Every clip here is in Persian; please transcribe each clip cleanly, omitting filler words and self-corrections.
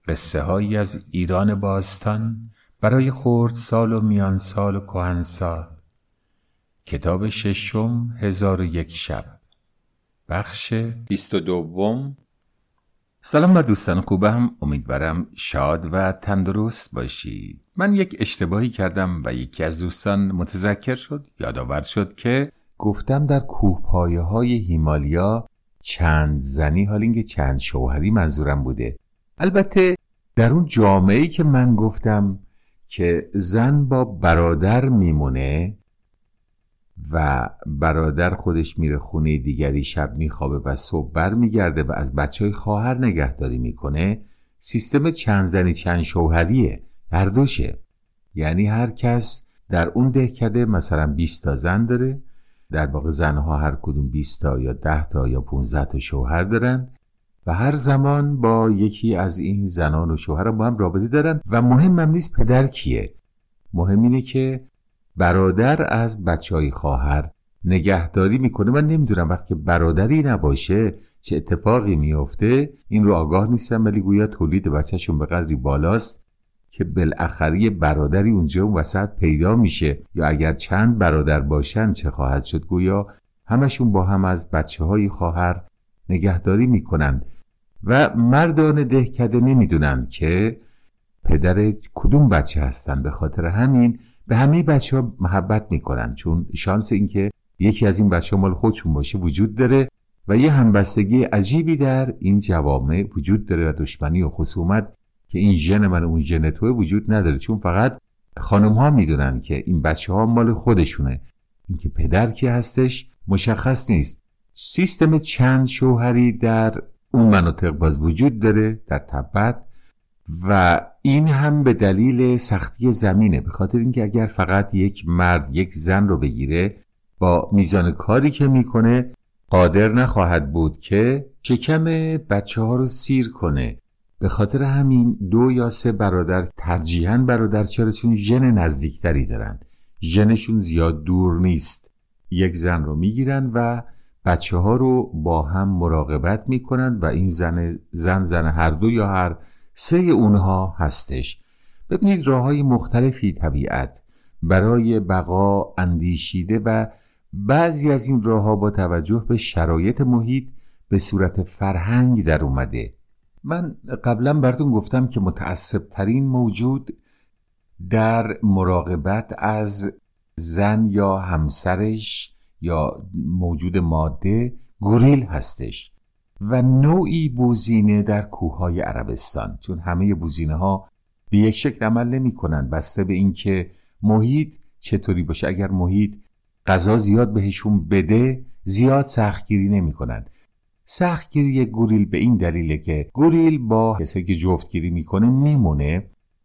قصه هایی از ایران باستان برای خردسال و میانسال و کهنسال. کتاب ششم 1001 شب، بخش 22. سلام بر دوستان خوبم، امیدوارم شاد و تندرست باشید. من یک اشتباهی کردم و یکی از دوستان متذکر شد، یادآور شد که گفتم در کوهپایه های هیمالیا چند زنی، حال اینکه چند شوهری منظورم بوده. البته در اون جامعه‌ای که من گفتم که زن با برادر میمونه و برادر خودش میره خونه دیگری، شب میخوابه و صبح بر میگرده و از بچهای خواهر نگهداری میکنه، سیستم چند زنی چند شوهریه، هر دوشه. یعنی هر کس در اون دهکده مثلا 20 تا زن داره، در واقع زنها هر کدوم 20 تا یا 10 تا یا 15 تا شوهر دارن و هر زمان با یکی از این زنان و شوهر با هم رابطه دارن و مهمم نیست پدر کیه، مهم اینه که برادر از بچهای خواهر نگهداری میکنه. من نمیدونم وقتی برادری نباشه چه اتفاقی میفته، این رو آگاه نیستم، ولی گویا تولید بچه‌شون به قدری بالاست که بالاخره برادری اونجا اون وسط پیدا میشه، یا اگر چند برادر باشن چه خواهد شد، گویا همشون با هم از بچه‌های خواهر نگهداری میکنن و مردان دهکده نمیدونن که پدر کدوم بچه هستن. به خاطر همین به همه بچه‌ها محبت میکنن، چون شانس این که یکی از این بچه‌ها مال خودشون باشه وجود داره و یه همبستگی عجیبی در این جوامع وجود داره و دشمنی و خصومت که این ژن من و اون ژن توه وجود نداره، چون فقط خانم‌ها میدونن که این بچه‌ها مال خودشونه. اینکه پدر کی هستش مشخص نیست. سیستم چند شوهری در اون مناطق باز وجود داره، در تبت، و این هم به دلیل سختی زمینه، به خاطر اینکه اگر فقط یک مرد یک زن رو بگیره با میزان کاری که میکنه قادر نخواهد بود که شکم بچه ها رو سیر کنه. به خاطر همین 2 یا 3 برادر، ترجیحاً برادر، چرا؟ چون ژن نزدیکتری دارن، ژنشون زیاد دور نیست. یک زن رو میگیرن و بچه ها رو با هم مراقبت میکنن و این زن هر 2 یا هر 3 اونها هستش. ببینید راه‌های مختلفی طبیعت برای بقا اندیشیده و بعضی از این راه‌ها با توجه به شرایط محیط به صورت فرهنگ در اومده. من قبلا براتون گفتم که متعصب‌ترین موجود در مراقبت از زن یا همسرش یا موجود ماده گوریل هستش و نوعی بوزینه در کوههای عربستان، چون همه بوزینه ها به یک شکل عمل نمی کنن، بسته به این که محیط چطوری باشه. اگر محیط غذا زیاد بهشون بده زیاد سختگیری نمی کنن. سختگیری گوریل به این دلیله که گوریل با کسی که جفتگیری میکنه میمونه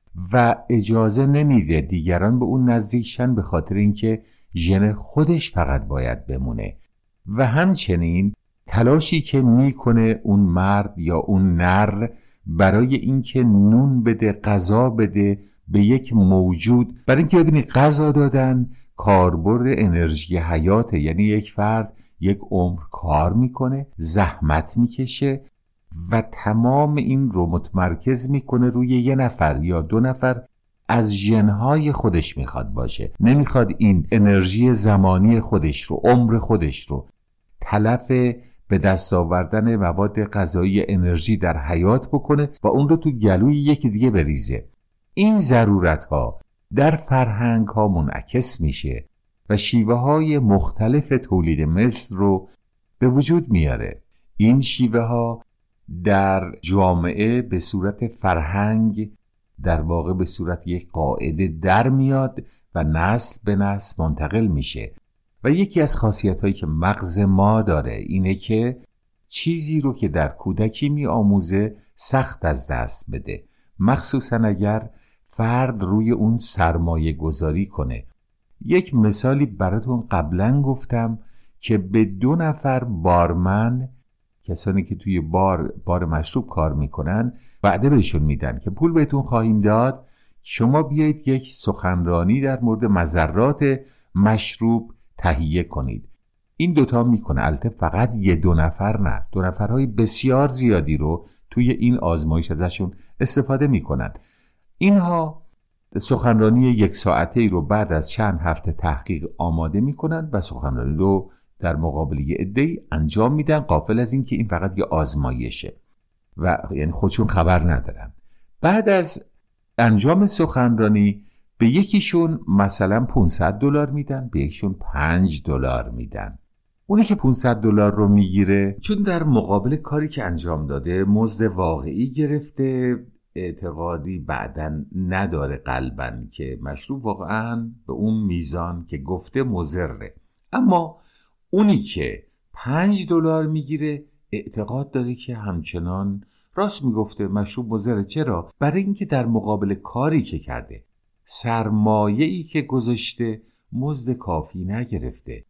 و اجازه نمیده دیگران به اون نزدیکشن، به خاطر اینکه ژن خودش فقط باید بمونه. و همچنین تلاشی که میکنه اون مرد یا اون نر برای اینکه نون بده، غذا بده به یک موجود، برای اینکه ببینید غذا دادن کاربرد انرژی حیاته، یعنی یک فرد یک عمر کار میکنه، زحمت میکشه و تمام این رو متمرکز میکنه روی 1 نفر یا 2 نفر از ژنهای خودش میخواد باشه. نمیخواد این انرژی زمانی خودش رو، عمر خودش رو تلف به دست آوردن مواد غذایی انرژی در حیات بکنه و اون رو تو گلوی یکی دیگه بریزه. این ضرورت ها در فرهنگ ها منعکس میشه و شیوه های مختلف تولید مثل رو به وجود میاره. این شیوه ها در جامعه به صورت فرهنگ در واقع به صورت یک قاعده در میاد و نسل به نسل منتقل میشه. و یکی از خاصیت‌هایی که مغز ما داره اینه که چیزی رو که در کودکی می‌آموزه سخت از دست بده، مخصوصاً اگر فرد روی اون سرمایه گذاری کنه. یک مثالی براتون قبلا گفتم که به 2 نفر بارمن، کسانی که توی بار مشروب کار میکنن، وعده بهشون میدن که پول بهتون خواهیم داد، شما بیایید یک سخنرانی در مورد مضرات مشروب تهیه کنید. این 2 تا میکنه. البته فقط 1-2 نفر نه، 2 نفرهای بسیار زیادی رو توی این آزمایش ازشون استفاده میکنن. اینها سخنرانی 1 ساعته رو بعد از چند هفته تحقیق آماده میکنن و سخنرانی رو در مقابل یه عده‌ای انجام میدن، غافل از این که این فقط یه آزمایشه و یعنی خودشون خبر ندارن. بعد از انجام سخنرانی به یکیشون مثلا $500 میدن، به یکیشون $5 میدن. اونی که $500 رو میگیره چون در مقابل کاری که انجام داده مزد واقعی گرفته، اعتقادی بعدن نداره قلباً که مشروب واقعاً به اون میزان که گفته مضره. اما اونی که $5 میگیره اعتقاد داره که همچنان راست میگفته، مشروب مضره. چرا؟ برای اینکه در مقابل کاری که کرده، سرمایه‌ای که گذاشته، مزد کافی نگرفته.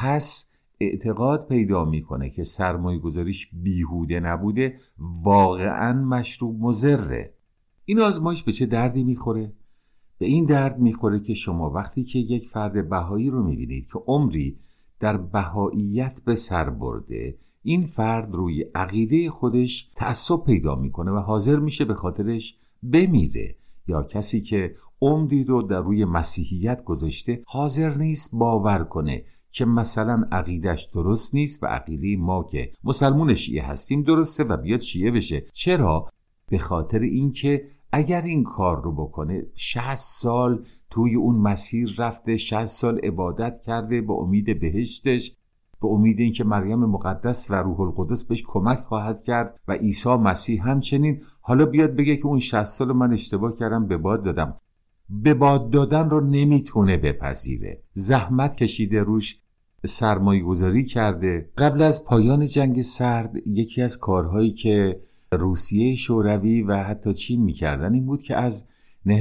پس اعتقاد پیدا میکنه که سرمایه گذاریش بیهوده نبوده، واقعا مشروب مضره. این آزمایش به چه دردی میخوره؟ به این درد میخوره که شما وقتی که یک فرد بهایی رو میبینید که عمری در بهاییت به سر برده، این فرد روی عقیده خودش تعصب پیدا میکنه و حاضر میشه به خاطرش بمیره، یا کسی که عمری رو در روی مسیحیت گذاشته حاضر نیست باور کنه که مثلا عقیدش درست نیست و عقیده ما که مسلمان شیعه هستیم درسته و بیاد شیعه بشه. چرا؟ به خاطر اینکه اگر این کار رو بکنه 60 سال توی اون مسیر رفته، 60 سال عبادت کرده به امید بهشتش، به امید اینکه مریم مقدس و روح القدس بهش کمک خواهد کرد و عیسی مسیح همچنین، حالا بیاد بگه که اون 60 سال من اشتباه کردم به باد دادم. به باد دادن رو نمیتونه بپذیره. زحمت کشیده، روش سرمایه گذاری کرده. قبل از پایان جنگ سرد یکی از کارهایی که روسیه شوروی و حتی چین میکردن این بود که از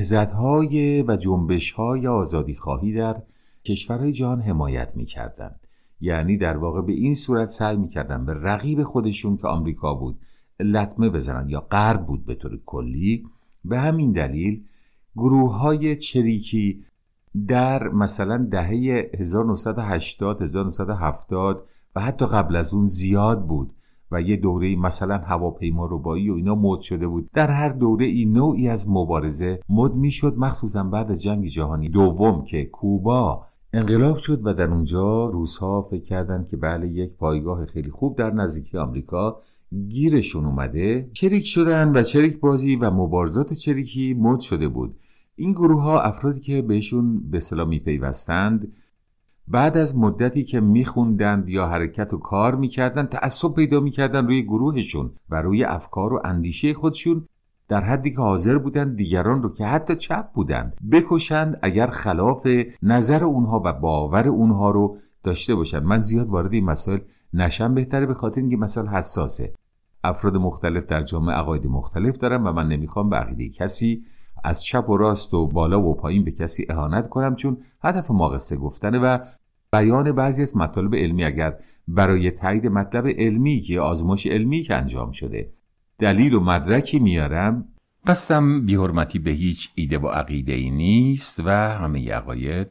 نهضت‌های و جنبش‌های آزادیخواهی در کشورهای جهان حمایت میکردن. یعنی در واقع به این صورت سعی میکردن به رقیب خودشون که آمریکا بود لطمه بزنن، یا غرب بود به طور کلی. به همین دلیل گروه‌های چریکی در مثلا دهه 1980 1970 و حتی قبل از اون زیاد بود و یه دوره مثلا هواپیما ربایی و اینا مد شده بود. در هر دوره این نوعی از مبارزه مد میشد، مخصوصا بعد از جنگ جهانی دوم که کوبا انقلاب شد و در اونجا روس‌ها فکر کردن که بله یک پایگاه خیلی خوب در نزدیکی آمریکا گیرشون اومده، چریک شدن و چریک بازی و مبارزات چریکی مد شده بود. این گروه ها افرادی که بهشون به اصطلاح میپیوستند بعد از مدتی که میخوندند یا حرکت و کار میکردن تعصب پیدا میکردن روی گروهشون و روی افکار و اندیشه خودشون، در حدی که حاضر بودند دیگران رو که حتی چپ بودند بکشند اگر خلاف نظر اونها و باور اونها رو داشته باشند. من زیاد وارد این مسائل نشم بهتره، به خاطر اینکه مسائل حساسه. افراد مختلف در جامعه عقاید مختلف دارن و من نمیخوام به عقیده کسی از چپ و راست و بالا و پایین به کسی اهانت کنم، چون هدف ما قصه گفتنه و بیان بعضی از مطالب علمی. اگر برای تایید مطلب علمی که آزمایش علمی که انجام شده دلیل و مدرکی میارم، قصدم بی‌حرمتی به هیچ ایده و عقیده ای نیست و همه عقاید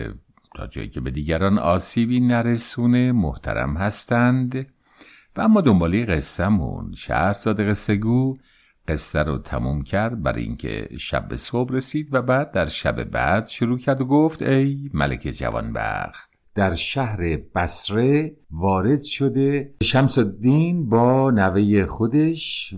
تا جایی که به دیگران آسیبی نرسونه محترم هستند. و اما دنباله قصه‌مون، شهرزاد قصه گو قصه رو تموم کرد برای اینکه شب به صبح رسید و بعد در شب بعد شروع کرد و گفت ای ملک جوانبخت، در شهر بصره وارد شده شمس الدین با نوه خودش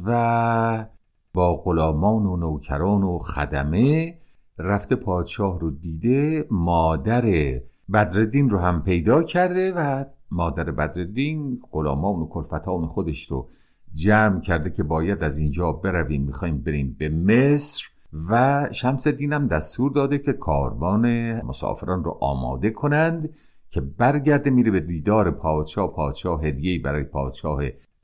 و با غلامان و نوکران و خدمه رفته پادشاه رو دیده، مادر بدرالدین رو هم پیدا کرده و مادر بدرالدین غلامان و کلفتان خودش رو جمع کرده که باید از اینجا برویم، میخوایم بریم به مصر. و شمس الدین هم دستور داده که کاروان مسافران رو آماده کنند که برگرده میره به دیدار پادشاه. پادشاه هدیه‌ای برای پادشاه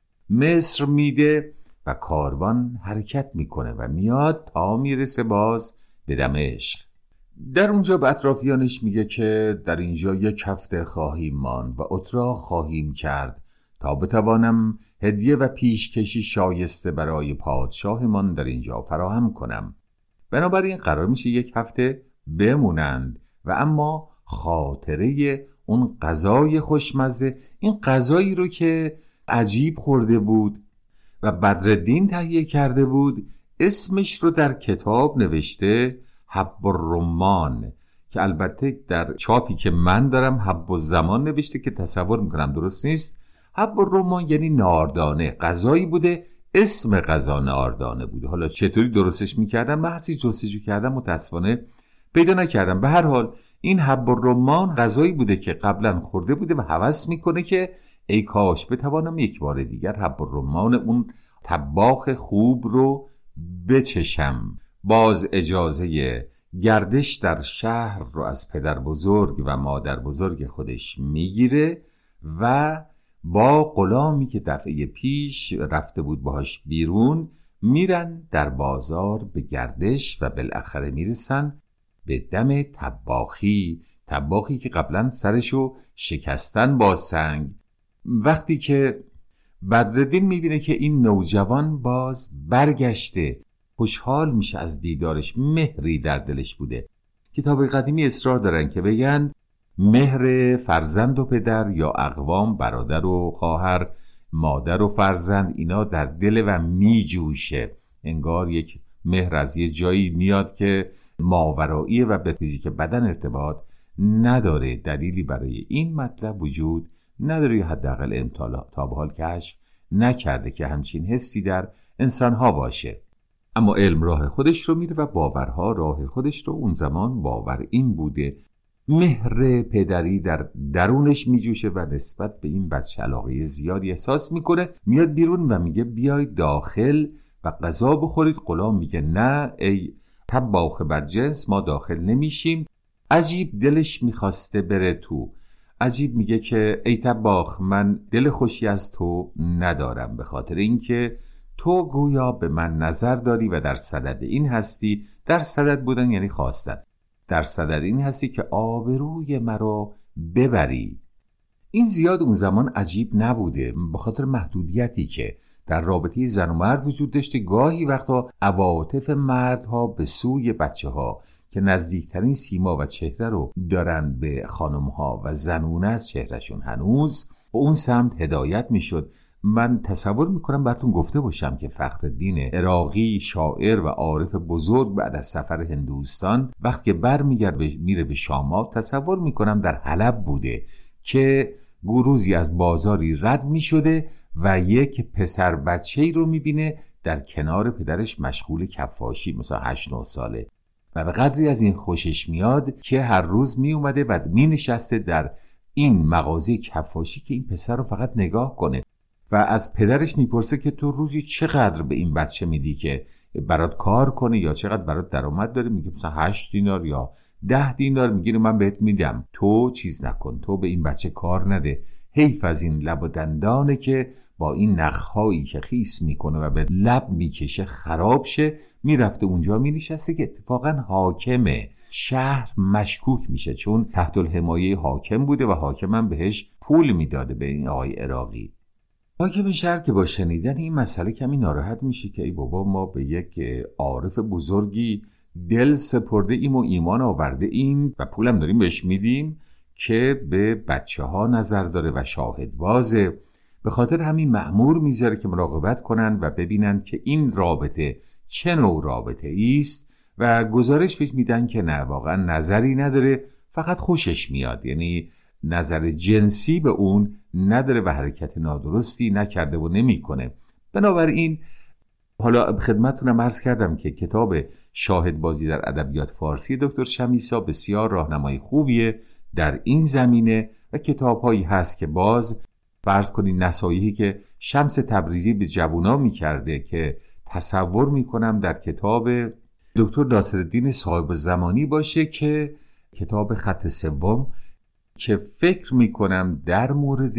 مصر میده و کاروان حرکت میکنه و میاد تا میرسه باز به دمشق. در اونجا به اطرافیانش میگه که در اینجا 1 هفته خواهیم ماند و اتراق خواهیم کرد تا بتوانم هدیه و پیشکشی شایسته برای پادشاهمان در اینجا فراهم کنم. بنابراین قرار میشه 1 هفته بمونند و اما خاطره اون غذای خوشمزه، این غذایی رو که عجیب خورده بود و بدرالدین تهیه کرده بود. اسمش رو در کتاب نوشته حب الرمان، که البته در چاپی که من دارم حب الزمان نوشته که تصور میکنم درست نیست. حب الرمان یعنی ناردانه، غذایی بوده، اسم غذا ناردانه بوده. حالا چطوری درستش میکردم؟ من هرچی جستجو کردم متاسفانه پیدا نکردم. به هر حال این حب الرمان غذایی بوده که قبلا خورده بوده و هوس میکنه که ای کاش بتوانم یک بار دیگر حب الرمان اون طباخ خوب رو بچشم. باز اجازه گردش در شهر رو از پدر بزرگ و مادر بزرگ خودش میگیره و با غلامی که دفعه پیش رفته بود باهاش بیرون میرن در بازار به گردش و بالاخره میرسن به دم طباخی که قبلا سرشو شکستن با سنگ. وقتی که بدرالدین میبینه که این نوجوان باز برگشته، خوشحال میشه از دیدارش، مهری در دلش بوده. کتاب قدیمی اصرار دارن که بگن مهر فرزند و پدر یا اقوام، برادر و خواهر، مادر و فرزند، اینا در دل و میجوشه. انگار یک مهر از یه جایی میاد که ماوراییه و به فیزیک بدن ارتباط نداره. دلیلی برای این مطلب وجود نداره، حداقل امتالا تا به حال کشف نکرده که همچین حسی در انسانها باشه. اما علم راه خودش رو میره و باورها راه خودش رو. اون زمان باور این بوده، مهر پدری در درونش میجوشه و نسبت به این بچه علاقه زیادی احساس میکنه. میاد بیرون و میگه بیاید داخل و غذا بخورید. غلام میگه نه ای طباخ بدجنس، ما داخل نمیشیم. عجیب دلش میخواسته بره تو. عجیب میگه که ای طباخ، من دل خوشی از تو ندارم، به خاطر اینکه تو گویا به من نظر داری و در صدد این هستی. در صدد بودن یعنی خواستن. در صدد این هستی که آبروی مرا ببری. این زیاد اون زمان عجیب نبوده، به خاطر محدودیتی که در رابطه زن و مرد وجود داشته. گاهی وقتا عواطف مردها به سوی بچه ها که نزدیکترین سیما و چهره رو دارن به خانمها و زنونه از چهرهشون هنوز به اون سمت هدایت میشد. من تصور میکنم براتون گفته باشم که فخرالدین عراقی، شاعر و عارف بزرگ، بعد از سفر هندوستان وقتی برمیگرده میره به شامات، تصور میکنم در حلب بوده که روزی از بازاری رد میشده و یک پسر بچه‌ای رو میبینه در کنار پدرش مشغول کفاشی، مثلا 8-9 ساله، و به قدری از این خوشش میاد که هر روز میومده و مینشسته در این مغازه کفاشی که این پسر رو فقط نگاه کنه و از پدرش میپرسه که تو روزی چقدر به این بچه میدی که برات کار کنه یا چقدر برات درآمد داره؟ میگه مثلا 8 دینار یا 10 دینار. میگه من بهت میدم، تو چیز نکن، تو به این بچه کار نده. حیف از این لب و دندانه که با این نخهایی که خیس میکنه و به لب میکشه خراب شه. میرفته اونجا مینشسته که اتفاقا حاکم شهر مشکوک میشه، چون تحت الحمایه حاکم بوده و حاکمم بهش پول میداده به این آقای عراقی. حاکم شهر که با شنیدن این مسئله کمی ناراحت میشه که ای بابا، ما به یک عارف بزرگی دل سپرده ایم و ایمان آورده ایم و پولم داریم بهش میدیم که به بچه ها نظر داره و شاهد بازه. به خاطر همین مأمور میذاره که مراقبت کنن و ببینن که این رابطه چه نوع رابطه ایست و گزارش بهش میدن که نه، واقعا نظری نداره، فقط خوشش میاد، یعنی نظر جنسی به اون نداره و حرکت نادرستی نکرده و نمیکنه. بنابراین حالا خدمتتونم عرض کردم که کتاب شاهد بازی در ادبیات فارسی دکتر شمیسا بسیار راهنمای خوبیه در این زمینه و کتاب‌هایی هست که باز فرض کنید نصایحی که شمس تبریزی به جوونا میکرده که تصور میکنم در کتاب دکتر ناصرالدین صاحب زمانی باشه که کتاب خط سوم، که فکر میکنم در مورد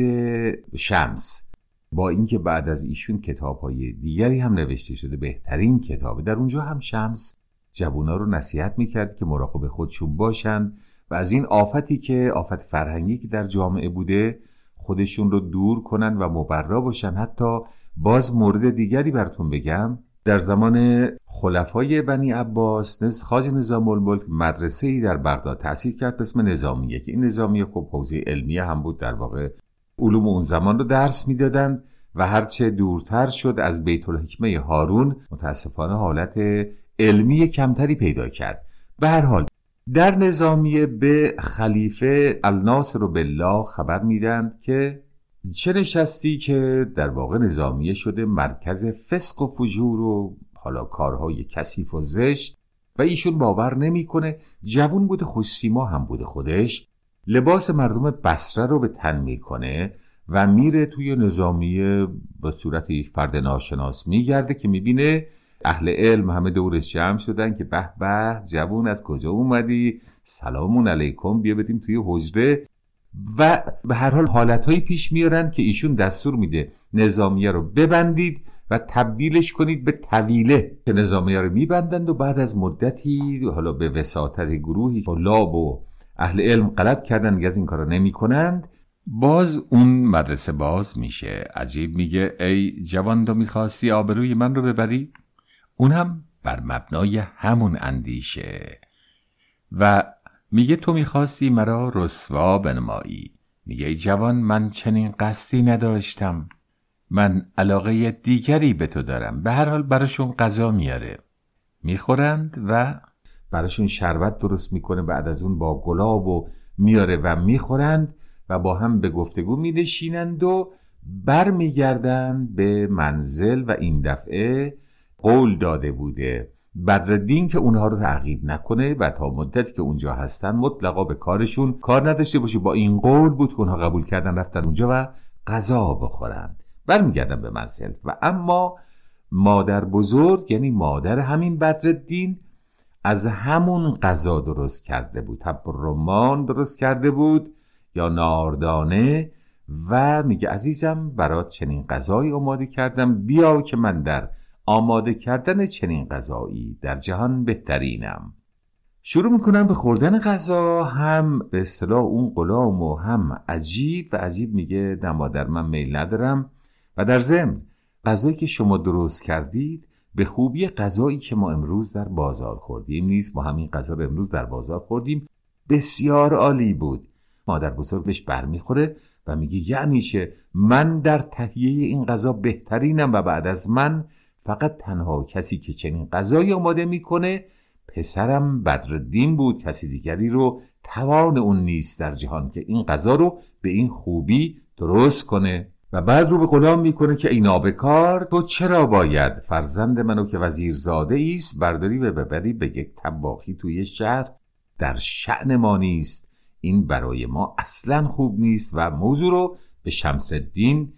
شمس، با اینکه بعد از ایشون کتاب‌های دیگری هم نوشته شده، بهترین کتابه، در اونجا هم شمس جوونا رو نصیحت میکرد که مراقب خودشون باشن و از این آفتی که آفت فرهنگی که در جامعه بوده خودشون رو دور کنن و مبرا باشن. حتی باز مورد دیگری براتون بگم، در زمان خلفای بنی عباس خواجه نظام الملک مدرسه‌ای در بغداد تأسیس کرد به اسم نظامیه، که این نظامیه خب حوزه علمیه هم بود، در واقع علوم اون زمان رو درس میدادن و هرچه دورتر شد از بیت الحکمه هارون متاسفانه حالت علمی کمتری پیدا کرد. به هر حال در نظامیه به خلیفه الناصر بالله خبر میدن که چه نشستی که در واقع نظامیه شده مرکز فسق و فجور و حالا کارهای کثیف و زشت و ایشون باور نمیکنه. جوون بوده، خوش‌سیما هم بوده، خودش لباس مردم بصره رو به تن میکنه و میره توی نظامیه به صورت یک فرد ناشناس میگرده که میبینه اهل علم همه دورش جمع شدن که به به جوون از کجا اومدی، سلامون علیکم، بیا بریم توی حجره. و به هر حال حالتهایی پیش میارن که ایشون دستور میده نظامیه رو ببندید و تبدیلش کنید به طویله، که نظامیه رو میبندند و بعد از مدتی حالا به وساطت گروهی طلاب و اهل علم غلط کردن که از این کارا نمی کنند، باز اون مدرسه باز میشه. عجیب میگه ای جوان، تو میخواستی آبروی من رو ببری؟ اون هم بر مبنای همون اندیشه و میگه تو میخواستی مرا رسوا بنمایی. میگه ای جوان، من چنین قصدی نداشتم، من علاقه دیگری به تو دارم. به هر حال براشون غذا میاره، میخورند و براشون شربت درست میکنه، بعد از اون با گلاب و میاره و میخورند و با هم به گفتگو می‌نشینند و بر میگردند به منزل. و این دفعه قول داده بوده بدرالدین که اونها رو تعقیب نکنه و تا مدتی که اونجا هستن مطلقا به کارشون کار نداشته باشه. با این قول بود که اونها قبول کردن رفتن اونجا و غذا بخورن. برمیگردن به منزل و اما مادر بزرگ، یعنی مادر همین بدرالدین، از همون غذا درست کرده بود، تبر رمان درست کرده بود یا ناردانه و میگه عزیزم برات چنین غذایی آماده کردم، بیا که من در آماده کردن چنین غذایی در جهان بهترینم. شروع میکنم به خوردن غذا، هم به اصطلاح اون غلام و هم عجیب و عجیب میگه نه مادر، من میل ندارم و در ضمن غذایی که شما درست کردید به خوبی غذایی که ما امروز در بازار خوردیم نیست. ما همین غذا رو امروز در بازار خوردیم، بسیار عالی بود. مادر بزرگ بهش برمیخوره و میگه یعنی چه؟ من در تهیه این غذا بهترینم و بعد از من فقط تنها کسی که چنین غذایی آماده میکنه پسرم بدرالدین بود، کسی دیگری رو توان اون نیست در جهان که این غذا رو به این خوبی درست کنه. و بعد رو به غلام میکنه که ای نابکار، تو چرا باید فرزند منو که وزیرزاده ایست برداری و ببری به یک طباخی توی شهر؟ در شأن ما نیست، این برای ما اصلا خوب نیست. و موضوع رو به شمس الدین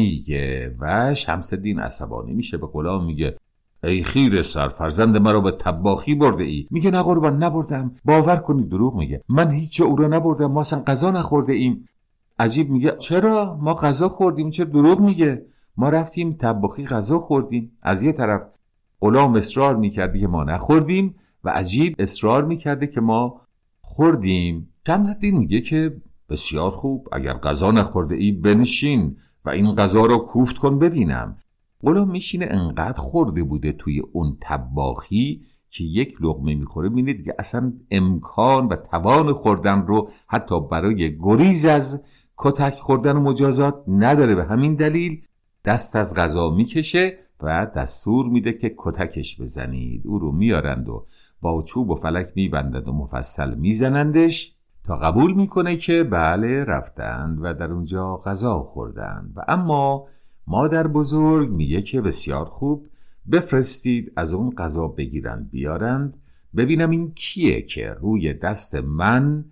میگه و شمس الدین عصبانی میشه، به غلام میگه ای خیره سر، فرزند مرا به طباخی برده ای؟ میگه نه قربان نبردم، باور کنید دروغ میگه، من هیچ جا او را نبردم، ما اصلا غذا نخورده ایم. عجیب میگه چرا؟ ما غذا خوردیم، چرا دروغ میگه؟ ما رفتیم طباخی غذا خوردیم. از یه طرف غلام اصرار میکرده که ما نخوردیم و عجیب اصرار میکرده که ما خوردیم. شمس الدین میگه که بسیار خوب، اگر غذا نخورده ای بنشین و این غذا رو کوفت کن ببینم. غلام میشینه، انقدر خورده بوده توی اون طباخی که یک لقمه میخوره میبینه دیگه اصلا امکان و توان خوردن رو حتی برای گریز از کتک خوردن و مجازات نداره. به همین دلیل دست از غذا میکشه و دستور میده که کتکش بزنید. او رو میارند و با چوب و فلک میبندند و مفصل میزنندش تا قبول میکنه که بله رفتند و در اونجا غذا خوردند. و اما مادر بزرگ میگه که بسیار خوب، بفرستید از اون غذا بگیرند بیارند ببینم این کیه که روی دست من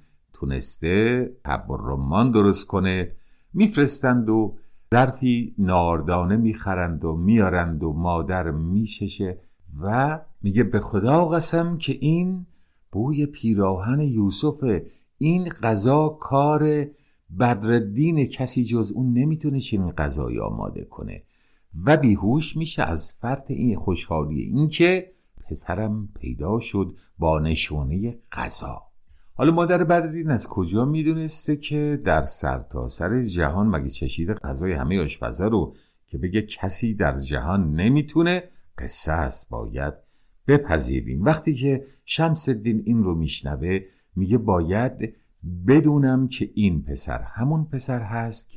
تونسته تبر رمان درست کنه. میفرستند و ظرفی ناردانه میخرند و میارند و مادر میششه و میگه به خدا قسم که این بوی پیراهن یوسفه، این غذا کار بدرالدین، کسی جز اون نمیتونه چنین غذایی آماده کنه. و بیهوش میشه از فرط این خوشحالی این که پسرم پیدا شد با نشونه غذا. حالا مادر بدرالدین از کجا میدونسته که در سرتاسر جهان مگه چشیده غذای همه آشپزا رو که بگه کسی در جهان نمیتونه؟ قصه است، باید بپذیریم. وقتی که شمس الدین این رو میشنوه میگه باید بدونم که این پسر همون پسر هست که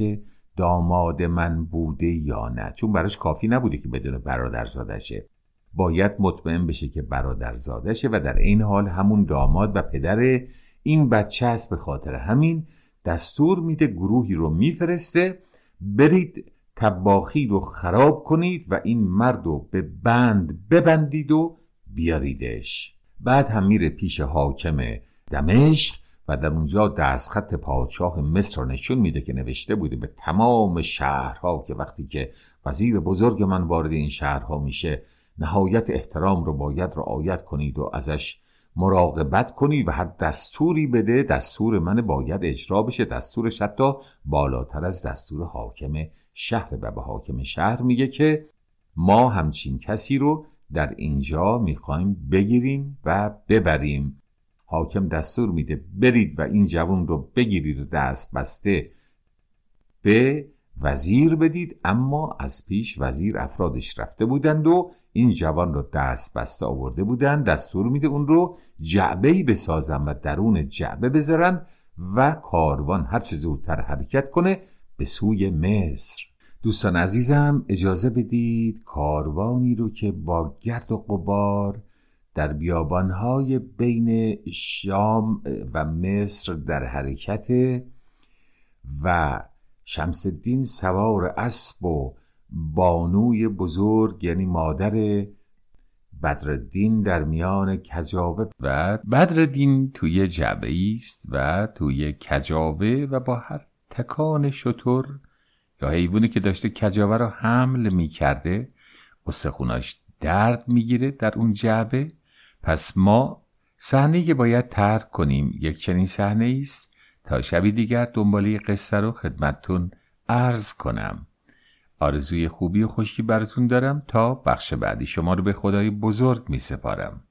داماد من بوده یا نه، چون براش کافی نبوده که بدون برادرزادشه، باید مطمئن بشه که برادرزادشه و در این حال همون داماد و پدر این بچه است. به خاطر همین دستور میده، گروهی رو میفرسته برید طباخی رو خراب کنید و این مرد رو به بند ببندید و بیاریدش. بعد هم میره پیش حاکم دمشق و در اونجا دستخط پادشاه مصر رو نشون میده که نوشته بوده به تمام شهرها که وقتی که وزیر بزرگ من وارد این شهرها میشه نهایت احترام رو باید رعایت کنید و ازش مراقبت کنید و هر دستوری بده دستور من باید اجرا بشه. دستورش حتی بالاتر از دستور حاکم شهر و به حاکم شهر میگه که ما همچین کسی رو در اینجا میخوایم بگیریم و ببریم. حاکم دستور میده برید و این جوان رو بگیرید و دست بسته به وزیر بدید، اما از پیش وزیر افرادش رفته بودند و این جوان رو دست بسته آورده بودند. دستور میده اون رو جعبه‌ای بسازن و درون جعبه بذارن و کاروان هر چه زودتر حرکت کنه به سوی مصر. دوستان عزیزم اجازه بدید کاروانی رو که با گرد و غبار در بیابانهای بین شام و مصر در حرکت و شمس الدین سوار اسب و بانوی بزرگ یعنی مادر بدرالدین در میان کجاوه و بدرالدین توی جعبه است و توی کجاوه و با هر تکان شتر یا حیوانی که داشته کجاوه رو حمل می کرده استخوناش درد می گیره در اون جعبه. پس ما صحنه باید ترک کنیم، یک چنین صحنه است. تا شبی دیگر دنباله قصه رو خدمتتون عرض کنم. آرزوی خوبی و خوشی براتون دارم. تا بخش بعدی شما رو به خدای بزرگ می سپارم.